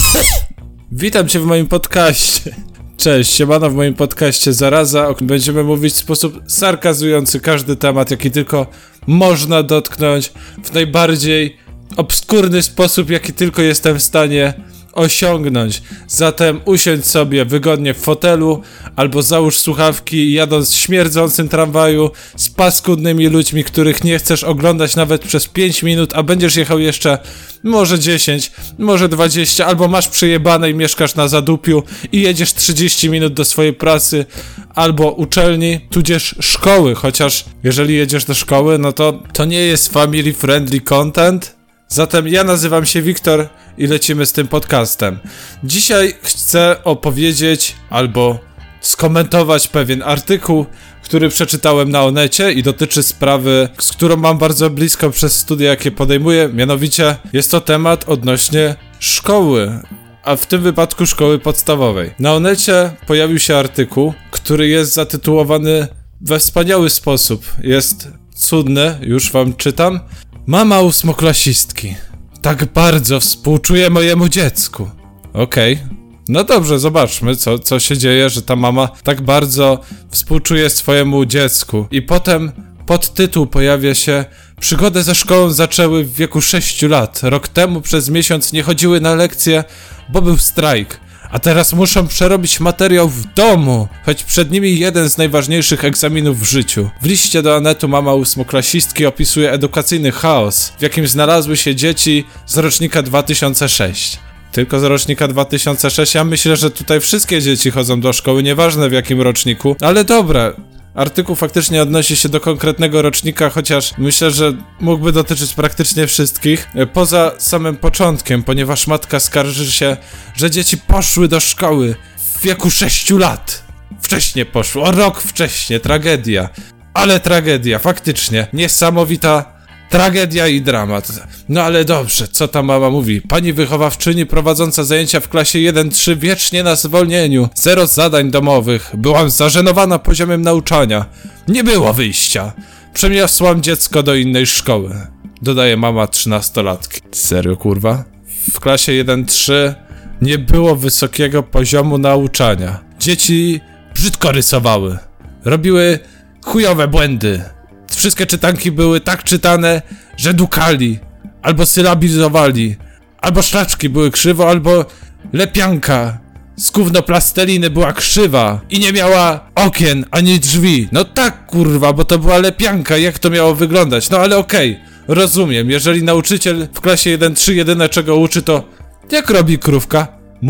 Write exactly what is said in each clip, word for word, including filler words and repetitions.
Witam cię w moim podcaście. Cześć, siemano, w moim podcaście Zaraza. Będziemy mówić w sposób sarkazujący każdy temat, jaki tylko można dotknąć, w najbardziej obskurny sposób, jaki tylko jestem w stanie osiągnąć. Zatem usiądź sobie wygodnie w fotelu, albo załóż słuchawki, jadąc w śmierdzącym tramwaju z paskudnymi ludźmi, których nie chcesz oglądać nawet przez pięć minut, a będziesz jechał jeszcze może dziesięć, może dwadzieścia, albo masz przejebane i mieszkasz na zadupiu i jedziesz trzydzieści minut do swojej pracy albo uczelni, tudzież szkoły, chociaż jeżeli jedziesz do szkoły, no to to nie jest family friendly content. Zatem ja nazywam się Wiktor i lecimy z tym podcastem. Dzisiaj chcę opowiedzieć albo skomentować pewien artykuł, który przeczytałem na Onecie i dotyczy sprawy, z którą mam bardzo blisko przez studia, jakie podejmuję. Mianowicie jest to temat odnośnie szkoły, a w tym wypadku szkoły podstawowej. Na Onecie pojawił się artykuł, który jest zatytułowany we wspaniały sposób. Jest cudny, już wam czytam. Mama ósmoklasistki. Tak bardzo współczuje mojemu dziecku. Okej. Okay. No dobrze, zobaczmy, co, co się dzieje, że ta mama tak bardzo współczuje swojemu dziecku. I potem podtytuł pojawia się: przygodę ze szkołą zaczęły w wieku sześciu lat. Rok temu przez miesiąc nie chodziły na lekcje, bo był strajk. A teraz muszą przerobić materiał w domu, choć przed nimi jeden z najważniejszych egzaminów w życiu. W liście do Onetu mama ósmoklasistki opisuje edukacyjny chaos, w jakim znalazły się dzieci z rocznika dwa tysiące szóstego. Tylko z rocznika dwa tysiące szóstego. Ja myślę, że tutaj wszystkie dzieci chodzą do szkoły, nieważne w jakim roczniku, ale dobra. Artykuł faktycznie odnosi się do konkretnego rocznika, chociaż myślę, że mógłby dotyczyć praktycznie wszystkich. Poza samym początkiem, ponieważ matka skarży się, że dzieci poszły do szkoły w wieku sześciu lat. Wcześniej poszły, o rok wcześniej, tragedia. Ale tragedia, faktycznie, niesamowita tragedia i dramat. No ale dobrze, co ta mama mówi? Pani wychowawczyni prowadząca zajęcia w klasie jeden trzy wiecznie na zwolnieniu. Zero zadań domowych. Byłam zażenowana poziomem nauczania. Nie było wyjścia. Przeniosłam dziecko do innej szkoły. Dodaje mama trzynastolatki. Serio, kurwa? W klasie jeden trzy nie było wysokiego poziomu nauczania. Dzieci brzydko rysowały. Robiły chujowe błędy. Wszystkie czytanki były tak czytane, że dukali, albo sylabizowali, albo szlaczki były krzywo, albo lepianka z gówno plasteliny była krzywa i nie miała okien ani drzwi. No tak, kurwa, bo to była lepianka, jak to miało wyglądać? No ale okej, okay, rozumiem, jeżeli nauczyciel w klasie jeden trzy jedyne czego uczy to jak robi krówka?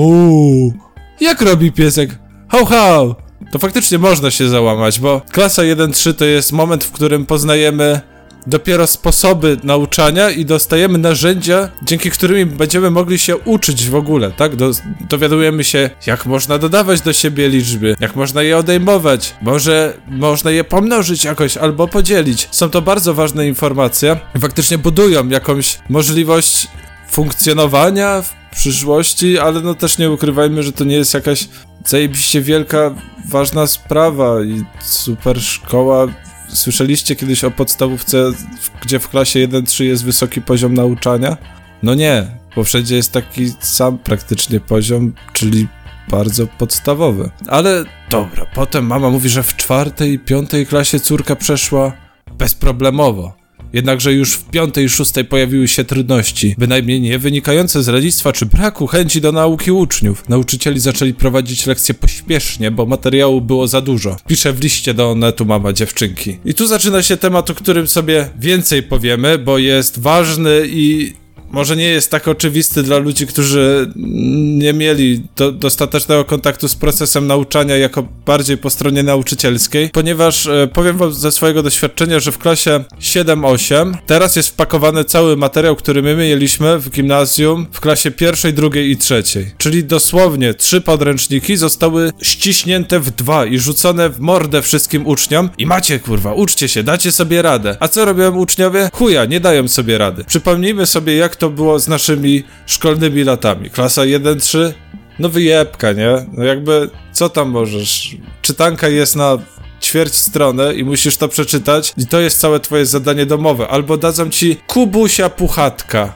Mu. Jak robi piesek? Hał, hał. To faktycznie można się załamać, bo klasa jeden trzy to jest moment, w którym poznajemy dopiero sposoby nauczania i dostajemy narzędzia, dzięki którym będziemy mogli się uczyć w ogóle, tak? Do, dowiadujemy się, jak można dodawać do siebie liczby, jak można je odejmować, może można je pomnożyć jakoś albo podzielić. Są to bardzo ważne informacje i faktycznie budują jakąś możliwość funkcjonowania w przyszłości, ale no też nie ukrywajmy, że to nie jest jakaś zajebiście wielka, ważna sprawa i super szkoła. Słyszeliście kiedyś o podstawówce, gdzie w klasie jeden trzy jest wysoki poziom nauczania? No nie, bo wszędzie jest taki sam praktycznie poziom, czyli bardzo podstawowy. Ale dobra, potem mama mówi, że w czwartej i piątej klasie córka przeszła bezproblemowo. Jednakże już w piątej i szóstej pojawiły się trudności, bynajmniej nie wynikające z lenistwa czy braku chęci do nauki uczniów. Nauczycieli zaczęli prowadzić lekcje pośpiesznie, bo materiału było za dużo. Pisze w liście do Onetu mama dziewczynki. I tu zaczyna się temat, o którym sobie więcej powiemy, bo jest ważny i może nie jest tak oczywisty dla ludzi, którzy nie mieli do, dostatecznego kontaktu z procesem nauczania jako bardziej po stronie nauczycielskiej, ponieważ e, powiem wam ze swojego doświadczenia, że w klasie siedem osiem teraz jest wpakowany cały materiał, który my mieliśmy w gimnazjum w klasie pierwszej, drugiej i trzeciej. Czyli dosłownie trzy podręczniki zostały ściśnięte w dwa i rzucone w mordę wszystkim uczniom i macie, kurwa, uczcie się, dacie sobie radę. A co robią uczniowie? Chuja, nie dają sobie rady. Przypomnijmy sobie, jak to było z naszymi szkolnymi latami. Klasa jeden trzy, no wyjebka, nie? No jakby, co tam możesz? Czytanka jest na ćwierć stronę i musisz to przeczytać i to jest całe twoje zadanie domowe. Albo dadzą ci Kubusia Puchatka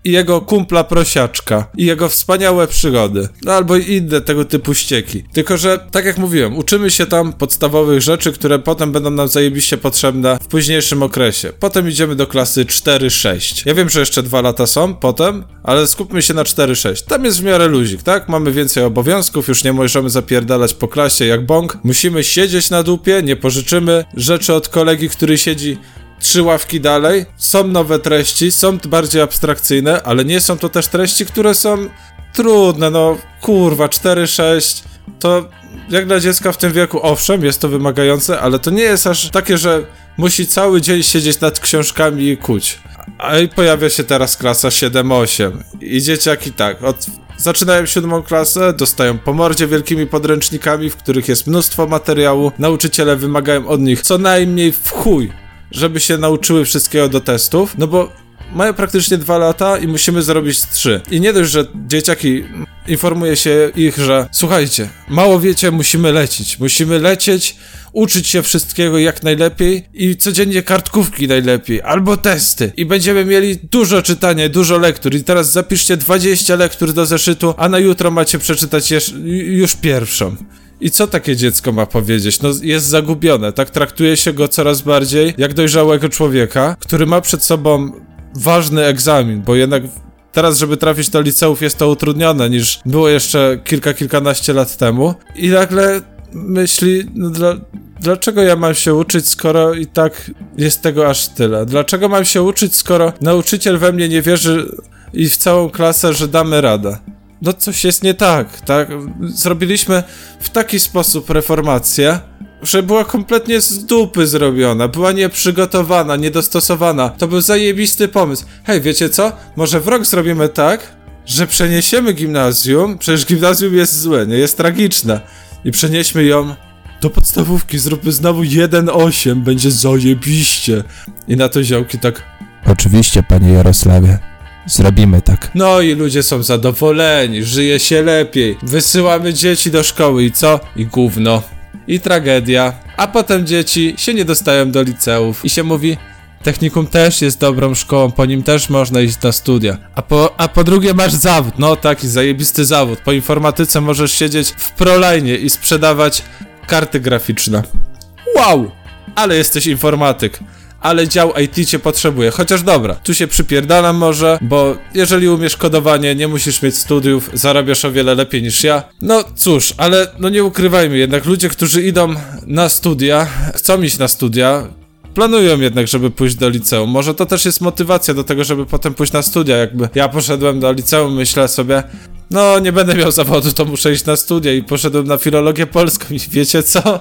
i jego kumpla prosiaczka i jego wspaniałe przygody. No albo inne tego typu ścieki. Tylko, że tak jak mówiłem, uczymy się tam podstawowych rzeczy, które potem będą nam zajebiście potrzebne w późniejszym okresie. Potem idziemy do klasy cztery sześć. Ja wiem, że jeszcze dwa lata są potem, ale skupmy się na cztery sześć. Tam jest w miarę luzik, tak? Mamy więcej obowiązków, już nie możemy zapierdalać po klasie jak bąk. Musimy siedzieć na dupie, nie pożyczymy rzeczy od kolegi, który siedzi trzy ławki dalej. Są nowe treści, są bardziej abstrakcyjne, ale nie są to też treści, które są trudne, no kurwa, cztery sześć to jak dla dziecka w tym wieku, owszem, jest to wymagające, ale to nie jest aż takie, że musi cały dzień siedzieć nad książkami i kuć. A i pojawia się teraz klasa siedem osiem i dzieciaki tak, od... zaczynają siódmą klasę, dostają po mordzie wielkimi podręcznikami, w których jest mnóstwo materiału, nauczyciele wymagają od nich co najmniej w chuj, żeby się nauczyły wszystkiego do testów, no bo mają praktycznie dwa lata i musimy zrobić trzy. I nie dość, że dzieciaki, informuje się ich, że słuchajcie, mało wiecie, musimy lecieć, musimy lecieć, uczyć się wszystkiego jak najlepiej i codziennie kartkówki najlepiej, albo testy. I będziemy mieli dużo czytania, dużo lektur i teraz zapiszcie dwadzieścia lektur do zeszytu, a na jutro macie przeczytać jeż, już pierwszą. I co takie dziecko ma powiedzieć? No jest zagubione, tak traktuje się go coraz bardziej jak dojrzałego człowieka, który ma przed sobą ważny egzamin, bo jednak teraz, żeby trafić do liceów jest to utrudnione niż było jeszcze kilka, kilkanaście lat temu i nagle myśli, no dla, dlaczego ja mam się uczyć, skoro i tak jest tego aż tyle? Dlaczego mam się uczyć, skoro nauczyciel we mnie nie wierzy i w całą klasę, że damy radę? No coś jest nie tak, tak? Zrobiliśmy w taki sposób reformację, że była kompletnie z dupy zrobiona, była nieprzygotowana, niedostosowana. To był zajebisty pomysł. Hej, wiecie co? Może w rok zrobimy tak, że przeniesiemy gimnazjum, przecież gimnazjum jest złe, nie? Jest tragiczne. I przenieśmy ją do podstawówki, zróbmy znowu jeden osiem, będzie zajebiście. I na to ziołki tak... Oczywiście, panie Jarosławie. Zrobimy tak. No i ludzie są zadowoleni, żyje się lepiej. Wysyłamy dzieci do szkoły i co? I gówno. I tragedia. A potem dzieci się nie dostają do liceów i się mówi, technikum też jest dobrą szkołą, po nim też można iść na studia. A po, a po drugie masz zawód, no taki zajebisty zawód. Po informatyce możesz siedzieć w Proline i sprzedawać karty graficzne. Wow! Ale jesteś informatyk. Ale dział I T cię potrzebuje, chociaż dobra, tu się przypierdalam może, bo jeżeli umiesz kodowanie, nie musisz mieć studiów, zarabiasz o wiele lepiej niż ja. No cóż, ale no nie ukrywajmy, jednak ludzie, którzy idą na studia, chcą iść na studia, planują jednak, żeby pójść do liceum. Może to też jest motywacja do tego, żeby potem pójść na studia, jakby ja poszedłem do liceum, myślę sobie, no nie będę miał zawodu, to muszę iść na studia i poszedłem na filologię polską i wiecie co?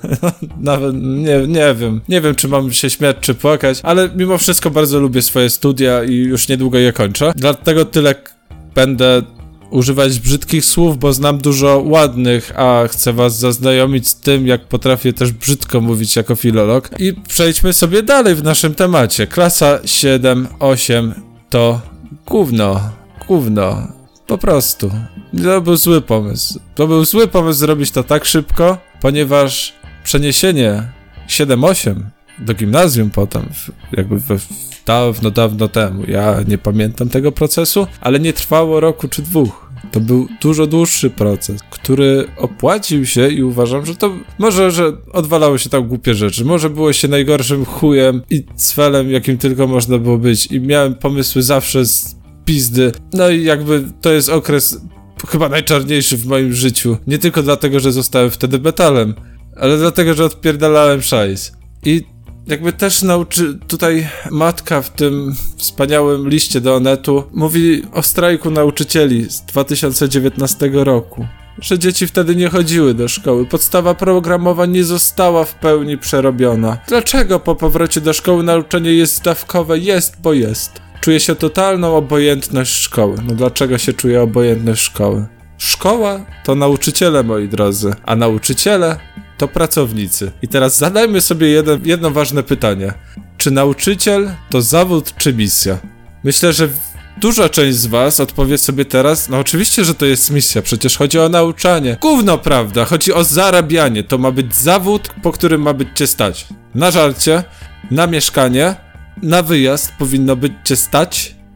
Nawet nie, nie wiem, nie wiem czy mam się śmiać czy płakać, ale mimo wszystko bardzo lubię swoje studia i już niedługo je kończę. Dlatego tyle będę używać brzydkich słów, bo znam dużo ładnych, a chcę was zaznajomić z tym, jak potrafię też brzydko mówić jako filolog. I przejdźmy sobie dalej w naszym temacie. Klasa siedem osiem to gówno, gówno, po prostu. To był zły pomysł. To był zły pomysł zrobić to tak szybko, ponieważ przeniesienie siedem osiem do gimnazjum potem, jakby we, dawno, dawno temu, ja nie pamiętam tego procesu, ale nie trwało roku czy dwóch. To był dużo dłuższy proces, który opłacił się i uważam, że to może, że odwalało się tam głupie rzeczy, może było się najgorszym chujem i cwelem, jakim tylko można było być i miałem pomysły zawsze z pizdy, no i jakby to jest okres chyba najczarniejszy w moim życiu, nie tylko dlatego, że zostałem wtedy metalem, ale dlatego, że odpierdalałem szajs. I jakby też nauczy... Tutaj matka w tym wspaniałym liście do Onetu mówi o strajku nauczycieli z dwa tysiące dziewiętnastego roku. Że dzieci wtedy nie chodziły do szkoły. Podstawa programowa nie została w pełni przerobiona. Dlaczego po powrocie do szkoły nauczanie jest zdawkowe? Jest, bo jest. Czuje się totalną obojętność szkoły. No dlaczego się czuje obojętność szkoły? Szkoła to nauczyciele, moi drodzy, a nauczyciele to pracownicy. I teraz zadajmy sobie jedno, jedno ważne pytanie. Czy nauczyciel to zawód czy misja? Myślę, że duża część z was odpowie sobie teraz, no oczywiście, że to jest misja, przecież chodzi o nauczanie. Gówno prawda, chodzi o zarabianie, to ma być zawód, po którym ma być cię stać. Na żarcie, na mieszkanie, na wyjazd powinno być cię stać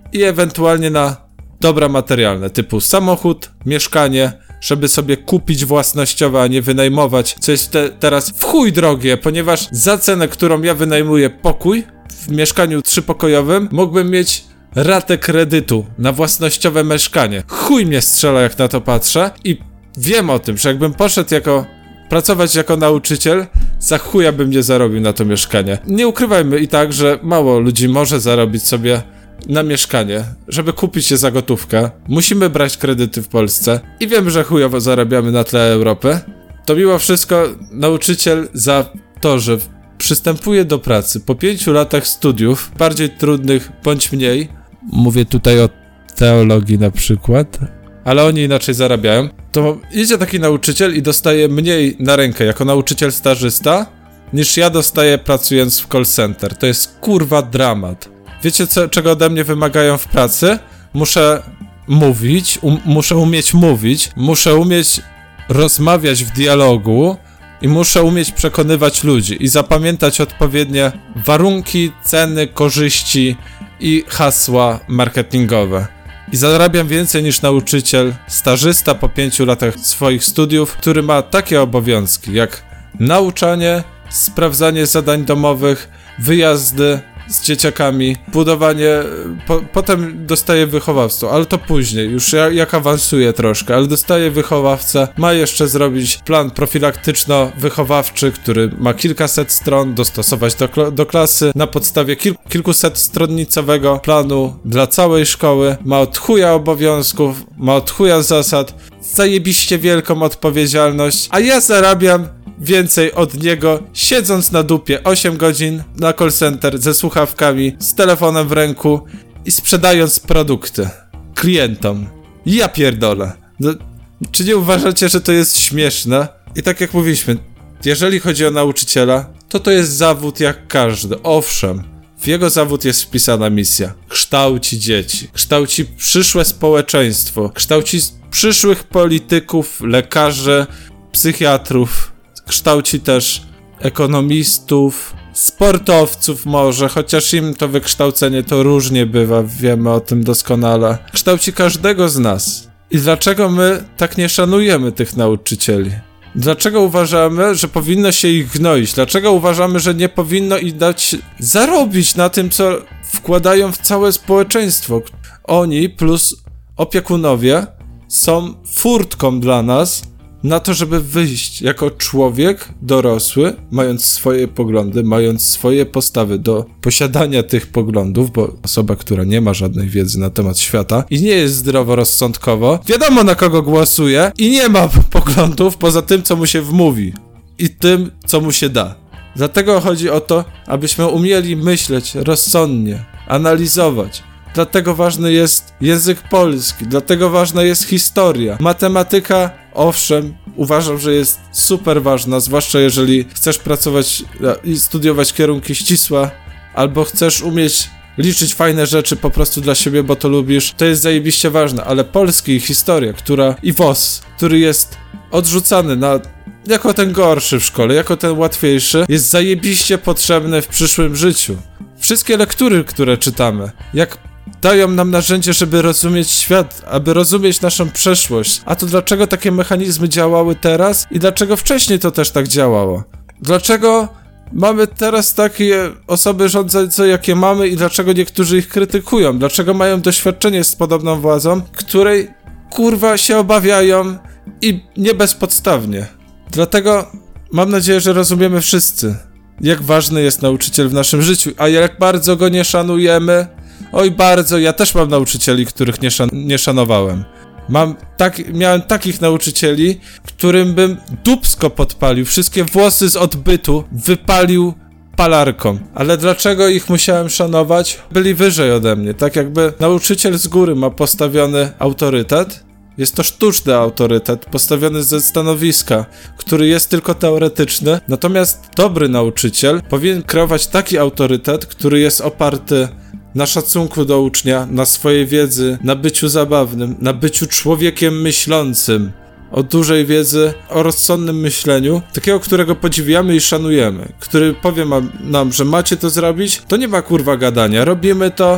i ewentualnie na dobra materialne, typu samochód, mieszkanie, żeby sobie kupić własnościowe, a nie wynajmować, co jest te, teraz w chuj drogie, ponieważ za cenę, którą ja wynajmuję pokój w mieszkaniu trzypokojowym, mógłbym mieć ratę kredytu na własnościowe mieszkanie. Chuj mnie strzela, jak na to patrzę i wiem o tym, że jakbym poszedł jako pracować jako nauczyciel, za chuja bym nie zarobił na to mieszkanie. Nie ukrywajmy i tak, że mało ludzi może zarobić sobie na mieszkanie, żeby kupić je za gotówkę. Musimy brać kredyty w Polsce i wiem, że chujowo zarabiamy na tle Europy. To mimo wszystko nauczyciel za to, że przystępuje do pracy po pięciu latach studiów, bardziej trudnych bądź mniej, mówię tutaj o teologii na przykład, ale oni inaczej zarabiają, to idzie taki nauczyciel i dostaje mniej na rękę jako nauczyciel stażysta, niż ja dostaję pracując w call center. To jest kurwa dramat. Wiecie, co, czego ode mnie wymagają w pracy? Muszę mówić, um, muszę umieć mówić, muszę umieć rozmawiać w dialogu i muszę umieć przekonywać ludzi i zapamiętać odpowiednie warunki, ceny, korzyści i hasła marketingowe. I zarabiam więcej niż nauczyciel stażysta po pięciu latach swoich studiów, który ma takie obowiązki jak nauczanie, sprawdzanie zadań domowych, wyjazdy z dzieciakami, budowanie, po, potem dostaje wychowawstwo, ale to później, już ja, jak awansuję troszkę, ale dostaje wychowawcę, ma jeszcze zrobić plan profilaktyczno-wychowawczy, który ma kilkaset stron, dostosować do, do klasy, na podstawie kil, kilkuset stronnicowego planu dla całej szkoły, ma od chuja obowiązków, ma od chuja zasad, zajebiście wielką odpowiedzialność, a ja zarabiam więcej od niego, siedząc na dupie osiem godzin na call center ze słuchawkami, z telefonem w ręku i sprzedając produkty klientom. Ja pierdolę. No, czy nie uważacie, że to jest śmieszne? I tak jak mówiliśmy, jeżeli chodzi o nauczyciela, to to jest zawód jak każdy. Owszem, w jego zawód jest wpisana misja. Kształci dzieci, kształci przyszłe społeczeństwo, kształci przyszłych polityków, lekarzy, psychiatrów, kształci też ekonomistów, sportowców może, chociaż im to wykształcenie to różnie bywa, wiemy o tym doskonale. Kształci każdego z nas. I dlaczego my tak nie szanujemy tych nauczycieli? Dlaczego uważamy, że powinno się ich gnoić? Dlaczego uważamy, że nie powinno im dać zarobić na tym, co wkładają w całe społeczeństwo? Oni plus opiekunowie są furtką dla nas na to, żeby wyjść jako człowiek dorosły, mając swoje poglądy, mając swoje postawy do posiadania tych poglądów, bo osoba, która nie ma żadnej wiedzy na temat świata i nie jest zdroworozsądkowo, wiadomo na kogo głosuje i nie ma poglądów poza tym, co mu się wmówi i tym, co mu się da. Dlatego chodzi o to, abyśmy umieli myśleć rozsądnie, analizować. Dlatego ważny jest język polski, dlatego ważna jest historia. Matematyka, owszem, uważam, że jest super ważna, zwłaszcza jeżeli chcesz pracować i studiować kierunki ścisłe, albo chcesz umieć liczyć fajne rzeczy po prostu dla siebie, bo to lubisz. To jest zajebiście ważne, ale polski i historia, która i W O S, który jest odrzucany na jako ten gorszy w szkole, jako ten łatwiejszy, jest zajebiście potrzebny w przyszłym życiu. Wszystkie lektury, które czytamy, jak dają nam narzędzie, żeby rozumieć świat, aby rozumieć naszą przeszłość. A to dlaczego takie mechanizmy działały teraz i dlaczego wcześniej to też tak działało? Dlaczego mamy teraz takie osoby rządzące, jakie mamy i dlaczego niektórzy ich krytykują? Dlaczego mają doświadczenie z podobną władzą, której kurwa się obawiają i nie bezpodstawnie? Dlatego mam nadzieję, że rozumiemy wszyscy, jak ważny jest nauczyciel w naszym życiu, a jak bardzo go nie szanujemy. Oj, bardzo, ja też mam nauczycieli, których nie, szan- nie szanowałem. Mam tak, miałem takich nauczycieli, którym bym dupsko podpalił, wszystkie włosy z odbytu wypalił palarką. Ale dlaczego ich musiałem szanować? Byli wyżej ode mnie, tak jakby nauczyciel z góry ma postawiony autorytet. Jest to sztuczny autorytet, postawiony ze stanowiska, który jest tylko teoretyczny. Natomiast dobry nauczyciel powinien kreować taki autorytet, który jest oparty na szacunku do ucznia, na swojej wiedzy, na byciu zabawnym, na byciu człowiekiem myślącym, o dużej wiedzy, o rozsądnym myśleniu, takiego, którego podziwiamy i szanujemy, który powie nam, że macie to zrobić, to nie ma kurwa gadania, robimy to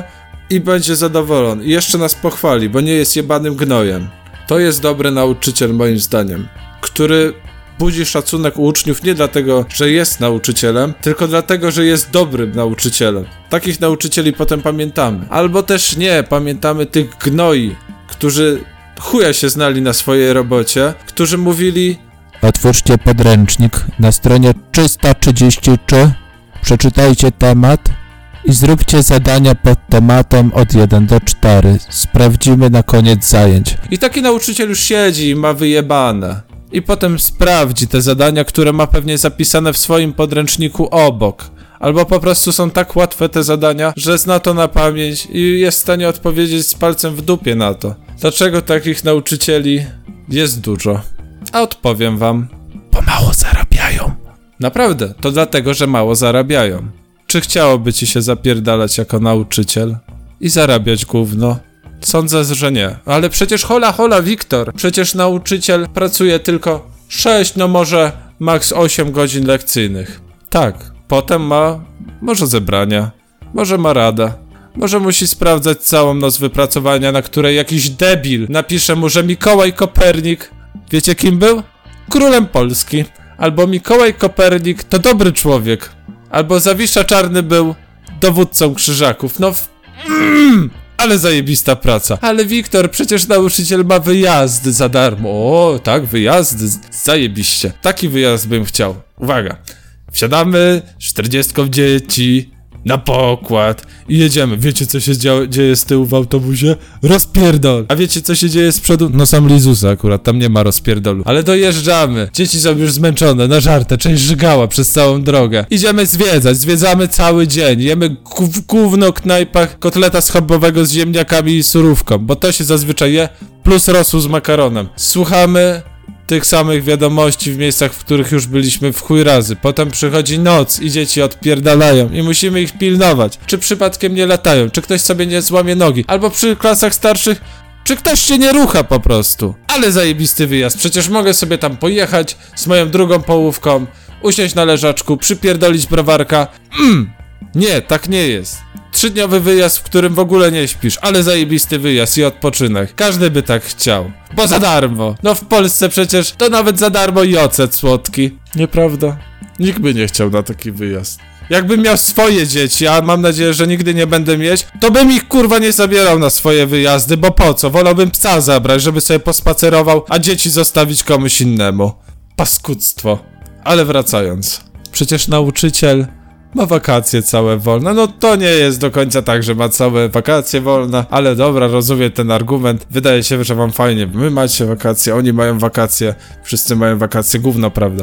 i będzie zadowolony. I jeszcze nas pochwali, bo nie jest jebanym gnojem. To jest dobry nauczyciel moim zdaniem, który budzi szacunek u uczniów nie dlatego, że jest nauczycielem, tylko dlatego, że jest dobrym nauczycielem. Takich nauczycieli potem pamiętamy. Albo też nie, pamiętamy tych gnoi, którzy chuja się znali na swojej robocie, którzy mówili: Otwórzcie podręcznik na stronie trzysta trzydzieści trzy, przeczytajcie temat i zróbcie zadania pod tematem od jeden do czterech. Sprawdzimy na koniec zajęć. I taki nauczyciel już siedzi i ma wyjebane. I potem sprawdzi te zadania, które ma pewnie zapisane w swoim podręczniku obok. Albo po prostu są tak łatwe te zadania, że zna to na pamięć i jest w stanie odpowiedzieć z palcem w dupie na to. Dlaczego takich nauczycieli jest dużo? A odpowiem wam. Bo mało zarabiają. Naprawdę, to dlatego, że mało zarabiają. Czy chciałoby ci się zapierdalać jako nauczyciel i zarabiać gówno? Sądzę, że nie. Ale przecież hola hola Wiktor, przecież nauczyciel pracuje tylko sześć, no może maks osiem godzin lekcyjnych. Tak, potem ma może zebrania, może ma rada, może musi sprawdzać całą noc wypracowania, na której jakiś debil napisze mu, że Mikołaj Kopernik, wiecie kim był? Królem Polski. Albo Mikołaj Kopernik to dobry człowiek. Albo Zawisza Czarny był dowódcą krzyżaków. No w... Mm, ale zajebista praca. Ale Wiktor, przecież nauczyciel ma wyjazdy za darmo. O, tak, wyjazdy, zajebiście. Taki wyjazd bym chciał. Uwaga. Wsiadamy czterdziestką dzieci na pokład i jedziemy. Wiecie, co się dzia- dzieje z tyłu w autobusie? Rozpierdol. A wiecie, co się dzieje z przodu? No sam Lizusa akurat, tam nie ma rozpierdolu. Ale dojeżdżamy. Dzieci są już zmęczone, na żartę, część żygała przez całą drogę. Idziemy zwiedzać, zwiedzamy cały dzień. Jemy w gówno knajpach kotleta schabowego z ziemniakami i surówką, bo to się zazwyczaj je, plus rosół z makaronem. Słuchamy tych samych wiadomości w miejscach, w których już byliśmy w chuj razy. Potem przychodzi noc i dzieci odpierdalają i musimy ich pilnować. Czy przypadkiem nie latają, czy ktoś sobie nie złamie nogi, albo przy klasach starszych, czy ktoś się nie rucha po prostu. Ale zajebisty wyjazd, przecież mogę sobie tam pojechać z moją drugą połówką, usiąść na leżaczku, przypierdolić browarka. Mmm, nie, tak nie jest. Trzydniowy wyjazd, w którym w ogóle nie śpisz, ale zajebisty wyjazd i odpoczynek. Każdy by tak chciał. Bo za darmo. No w Polsce przecież to nawet za darmo i ocet słodki. Nieprawda? Nikt by nie chciał na taki wyjazd. Jakbym miał swoje dzieci, a mam nadzieję, że nigdy nie będę mieć, to bym ich kurwa nie zabierał na swoje wyjazdy, bo po co? Wolałbym psa zabrać, żeby sobie pospacerował, a dzieci zostawić komuś innemu. Paskudztwo. Ale wracając. Przecież nauczyciel ma wakacje całe wolne. No to nie jest do końca tak, że ma całe wakacje wolne, ale dobra, rozumiem ten argument. Wydaje się, że wam fajnie. My macie wakacje, oni mają wakacje, wszyscy mają wakacje, gówno, prawda?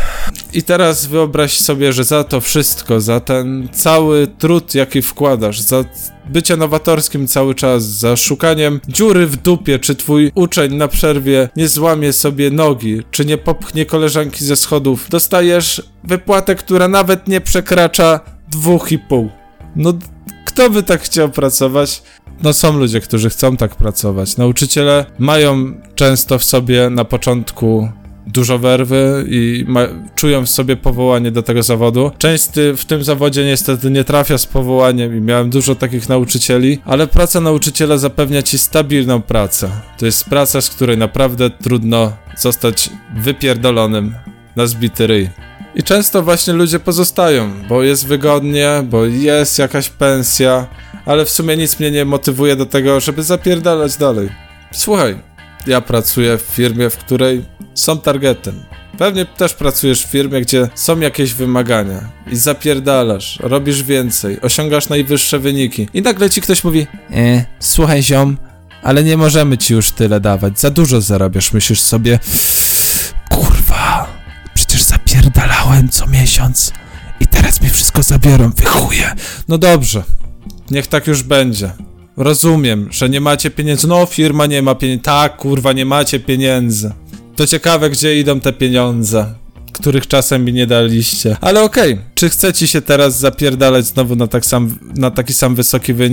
I teraz wyobraź sobie, że za to wszystko, za ten cały trud, jaki wkładasz, za bycie nowatorskim cały czas, za szukaniem dziury w dupie, czy twój uczeń na przerwie nie złamie sobie nogi, czy nie popchnie koleżanki ze schodów, dostajesz wypłatę, która nawet nie przekracza dwóch i pół. No, kto by tak chciał pracować? No są ludzie, którzy chcą tak pracować. Nauczyciele mają często w sobie na początku dużo werwy i ma, czują w sobie powołanie do tego zawodu. Część w tym zawodzie niestety nie trafia z powołaniem i miałem dużo takich nauczycieli, ale praca nauczyciela zapewnia ci stabilną pracę. To jest praca, z której naprawdę trudno zostać wypierdolonym na zbity ryj. I często właśnie ludzie pozostają, bo jest wygodnie, bo jest jakaś pensja, ale w sumie nic mnie nie motywuje do tego, żeby zapierdalać dalej. Słuchaj, ja pracuję w firmie, w której są targetem. Pewnie też pracujesz w firmie, gdzie są jakieś wymagania i zapierdalasz, robisz więcej, osiągasz najwyższe wyniki i nagle ci ktoś mówi: E, słuchaj ziom, ale nie możemy ci już tyle dawać, za dużo zarabiasz. Myślisz sobie, kurwa, przecież zapierdalałem co miesiąc i teraz mi wszystko zabiorą, wychuje. No dobrze, niech tak już będzie. Rozumiem, że nie macie pieniędzy. No, firma nie ma pieniędzy. Tak, kurwa, nie macie pieniędzy. To ciekawe, gdzie idą te pieniądze, których czasem mi nie daliście. Ale okej, okay. Czy chce ci się teraz zapierdalać znowu na, tak sam, na taki sam wysoki wynik?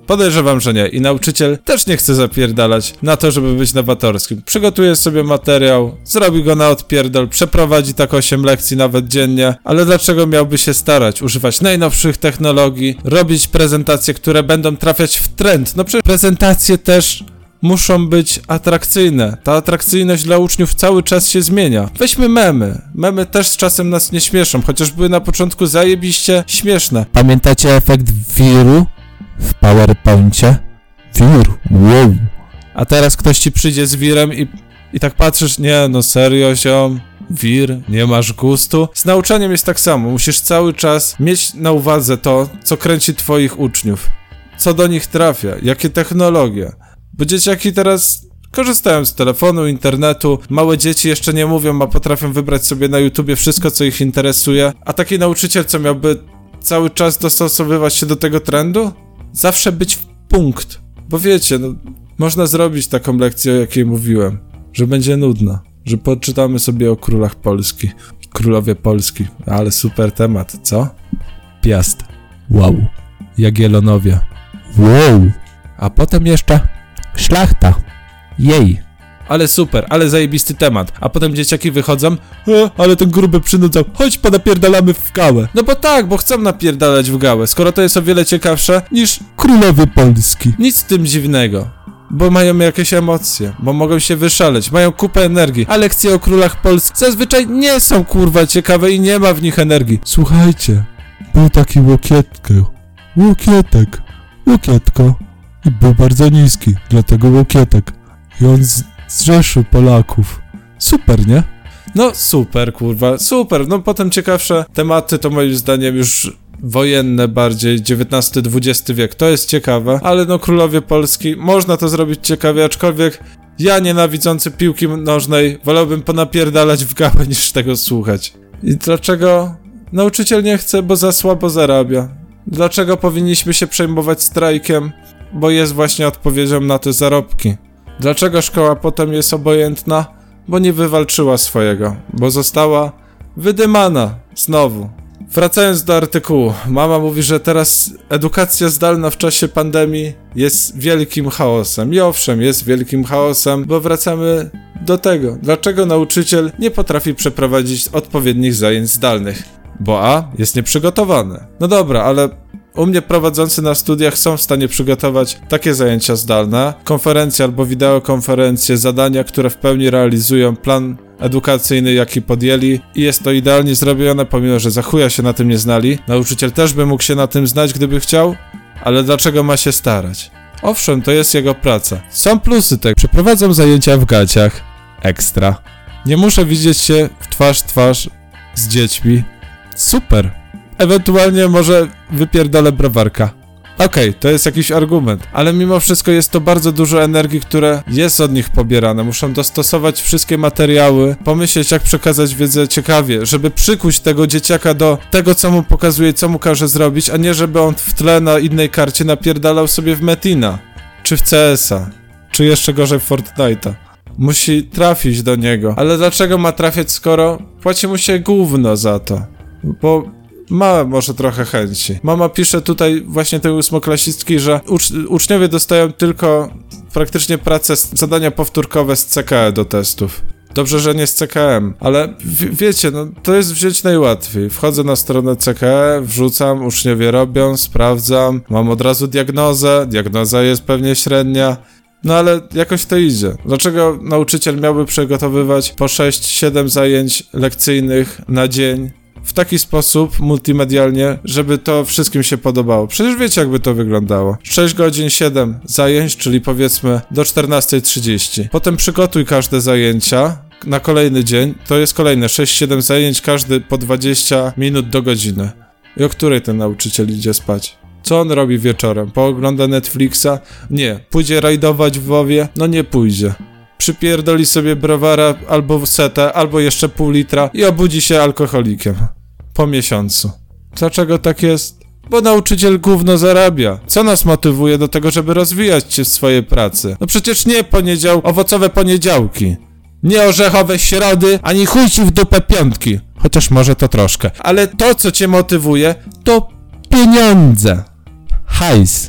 Podejrzewam, że nie. I nauczyciel też nie chce zapierdalać na to, żeby być nowatorskim. Przygotuje sobie materiał, zrobi go na odpierdol, przeprowadzi tak osiem lekcji nawet dziennie, ale dlaczego miałby się starać? Używać najnowszych technologii, robić prezentacje, które będą trafiać w trend. No przecież prezentacje też muszą być atrakcyjne. Ta atrakcyjność dla uczniów cały czas się zmienia. Weźmy memy. Memy też z czasem nas nie śmieszą, chociaż były na początku zajebiście śmieszne. Pamiętacie efekt wiru w PowerPoincie? Wir, wow. A teraz ktoś ci przyjdzie z wirem i, i tak patrzysz, nie no serio ziom, wir, nie masz gustu. Z nauczaniem jest tak samo, musisz cały czas mieć na uwadze to, co kręci twoich uczniów. Co do nich trafia, jakie technologie. Bo dzieciaki teraz korzystają z telefonu, internetu, małe dzieci jeszcze nie mówią, a potrafią wybrać sobie na YouTubie wszystko, co ich interesuje. A taki nauczyciel, co miałby cały czas dostosowywać się do tego trendu? Zawsze być w punkt. Bo wiecie, no, można zrobić taką lekcję, o jakiej mówiłem, że będzie nudna, że poczytamy sobie o królach Polski, królowie Polski, ale super temat, co? Piast. Wow. Jagiellonowie. Wow. A potem jeszcze szlachta. Jej. Ale super, ale zajebisty temat. A potem dzieciaki wychodzą, e, ale ten gruby przynudzał, chodź ponapierdalamy w gałę. No bo tak, bo chcą napierdalać w gałę, skoro to jest o wiele ciekawsze niż królowie Polski. Nic z tym dziwnego. Bo mają jakieś emocje, bo mogą się wyszaleć, mają kupę energii, a lekcje o królach Polski zazwyczaj nie są kurwa ciekawe i nie ma w nich energii. Słuchajcie, był taki Łokietko. Łokietek. Łokietko. I był bardzo niski, dlatego Łokietek. I on z- zrzeszył Polaków. Super, nie? No super, kurwa, super. No potem ciekawsze tematy to moim zdaniem już wojenne bardziej, dziewiętnasty dwudziesty wiek, to jest ciekawe, ale no królowie Polski, można to zrobić ciekawie, aczkolwiek ja nienawidzący piłki nożnej wolałbym ponapierdalać w gałę niż tego słuchać. I dlaczego nauczyciel nie chce, bo za słabo zarabia? Dlaczego powinniśmy się przejmować strajkiem? Bo jest właśnie odpowiedzią na te zarobki. Dlaczego szkoła potem jest obojętna? Bo nie wywalczyła swojego, bo została wydymana znowu. Wracając do artykułu, mama mówi, że teraz edukacja zdalna w czasie pandemii jest wielkim chaosem. I owszem, jest wielkim chaosem, bo wracamy do tego. Dlaczego nauczyciel nie potrafi przeprowadzić odpowiednich zajęć zdalnych? Bo a, jest nieprzygotowany. No dobra, ale u mnie prowadzący na studiach są w stanie przygotować takie zajęcia zdalne, konferencje albo wideokonferencje, zadania, które w pełni realizują plan edukacyjny, jaki podjęli i jest to idealnie zrobione, pomimo że za chuja się na tym nie znali. Nauczyciel też by mógł się na tym znać, gdyby chciał, ale dlaczego ma się starać? Owszem, to jest jego praca. Są plusy tego. Przeprowadzam zajęcia w gaciach. Ekstra. Nie muszę widzieć się w twarz w twarz z dziećmi. Super. Ewentualnie może wypierdolę browarka. Okej, okay, to jest jakiś argument, ale mimo wszystko jest to bardzo dużo energii, które jest od nich pobierane. Muszą dostosować wszystkie materiały, pomyśleć jak przekazać wiedzę ciekawie, żeby przykuć tego dzieciaka do tego, co mu pokazuje, co mu każe zrobić, a nie żeby on w tle na innej karcie napierdalał sobie w Metina, czy w C S a, czy jeszcze gorzej w Fortnite'a. Musi trafić do niego, ale dlaczego ma trafiać, skoro płaci mu się gówno za to? Bo ma może trochę chęci. Mama pisze tutaj właśnie tej ósmoklasistki, że ucz- uczniowie dostają tylko praktycznie pracę, zadania powtórkowe z C K E do testów. Dobrze, że nie z C K M, ale w- wiecie, no to jest wziąć najłatwiej. Wchodzę na stronę C K E, wrzucam, uczniowie robią, sprawdzam, mam od razu diagnozę, diagnoza jest pewnie średnia. No ale jakoś to idzie. Dlaczego nauczyciel miałby przygotowywać po sześć siedem zajęć lekcyjnych na dzień w taki sposób multimedialnie, żeby to wszystkim się podobało? Przecież wiecie, jakby to wyglądało. sześć godzin, siedem zajęć, czyli powiedzmy do czternasta trzydzieści. Potem przygotuj każde zajęcia na kolejny dzień. To jest kolejne sześć siedem zajęć, każdy po dwadzieścia minut do godziny. I o której ten nauczyciel idzie spać? Co on robi wieczorem? Poogląda Netflixa? Nie. Pójdzie rajdować w WoWie? No nie pójdzie. Przypierdoli sobie browara albo setę, albo jeszcze pół litra i obudzi się alkoholikiem. Po miesiącu. Dlaczego tak jest? Bo nauczyciel gówno zarabia. Co nas motywuje do tego, żeby rozwijać się w swojej pracy? No przecież nie poniedział... owocowe poniedziałki. Nie orzechowe środy, ani chuj ci w dupę piątki. Chociaż może to troszkę. Ale to, co cię motywuje, to pieniądze. Hajs.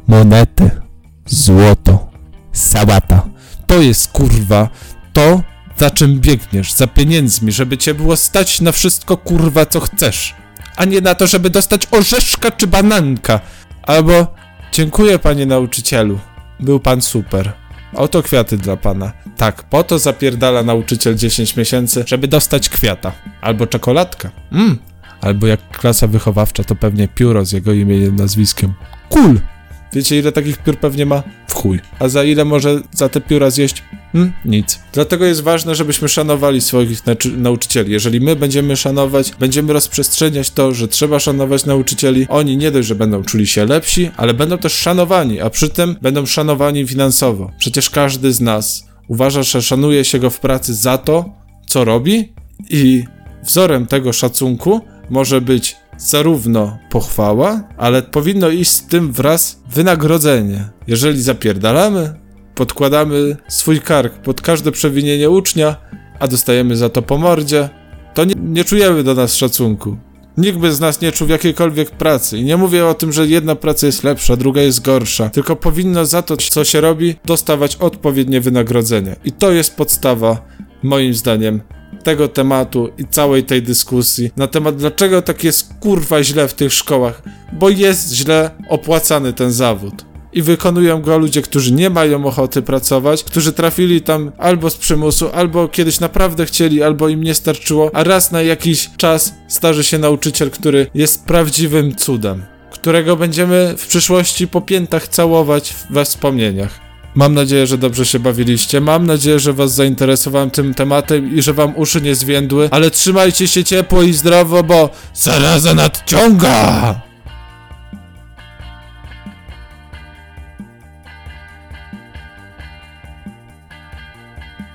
monety, złoto, sałata. To jest, kurwa, to, za czym biegniesz, za pieniędzmi, żeby cię było stać na wszystko, kurwa, co chcesz. A nie na to, żeby dostać orzeszka czy bananka. Albo, dziękuję, panie nauczycielu, był pan super. Oto kwiaty dla pana. Tak, po to zapierdala nauczyciel dziesięć miesięcy, żeby dostać kwiata. Albo czekoladkę. Mm. Albo jak klasa wychowawcza, to pewnie pióro z jego imieniem, nazwiskiem. Cool! Wiecie, ile takich piór pewnie ma? W chuj. A za ile może za te pióra zjeść? Hmm? Nic. Dlatego jest ważne, żebyśmy szanowali swoich nauczy- nauczycieli. Jeżeli my będziemy szanować, będziemy rozprzestrzeniać to, że trzeba szanować nauczycieli, oni nie dość, że będą czuli się lepsi, ale będą też szanowani, a przy tym będą szanowani finansowo. Przecież każdy z nas uważa, że szanuje się go w pracy za to, co robi i wzorem tego szacunku może być zarówno pochwała, ale powinno iść z tym wraz wynagrodzenie. Jeżeli zapierdalamy, podkładamy swój kark pod każde przewinienie ucznia, a dostajemy za to po mordzie, to nie, nie czujemy do nas szacunku. Nikt by z nas nie czuł w jakiejkolwiek pracy. I nie mówię o tym, że jedna praca jest lepsza, druga jest gorsza, tylko powinno za to, co się robi, dostawać odpowiednie wynagrodzenie. I to jest podstawa, moim zdaniem, tego tematu i całej tej dyskusji na temat, dlaczego tak jest kurwa źle w tych szkołach, bo jest źle opłacany ten zawód i wykonują go ludzie, którzy nie mają ochoty pracować, którzy trafili tam albo z przymusu, albo kiedyś naprawdę chcieli, albo im nie starczyło, a raz na jakiś czas starzy się nauczyciel, który jest prawdziwym cudem, którego będziemy w przyszłości po piętach całować we wspomnieniach. Mam nadzieję, że dobrze się bawiliście, mam nadzieję, że was zainteresowałem tym tematem i że wam uszy nie zwiędły, ale trzymajcie się ciepło i zdrowo, bo zaraza nadciąga!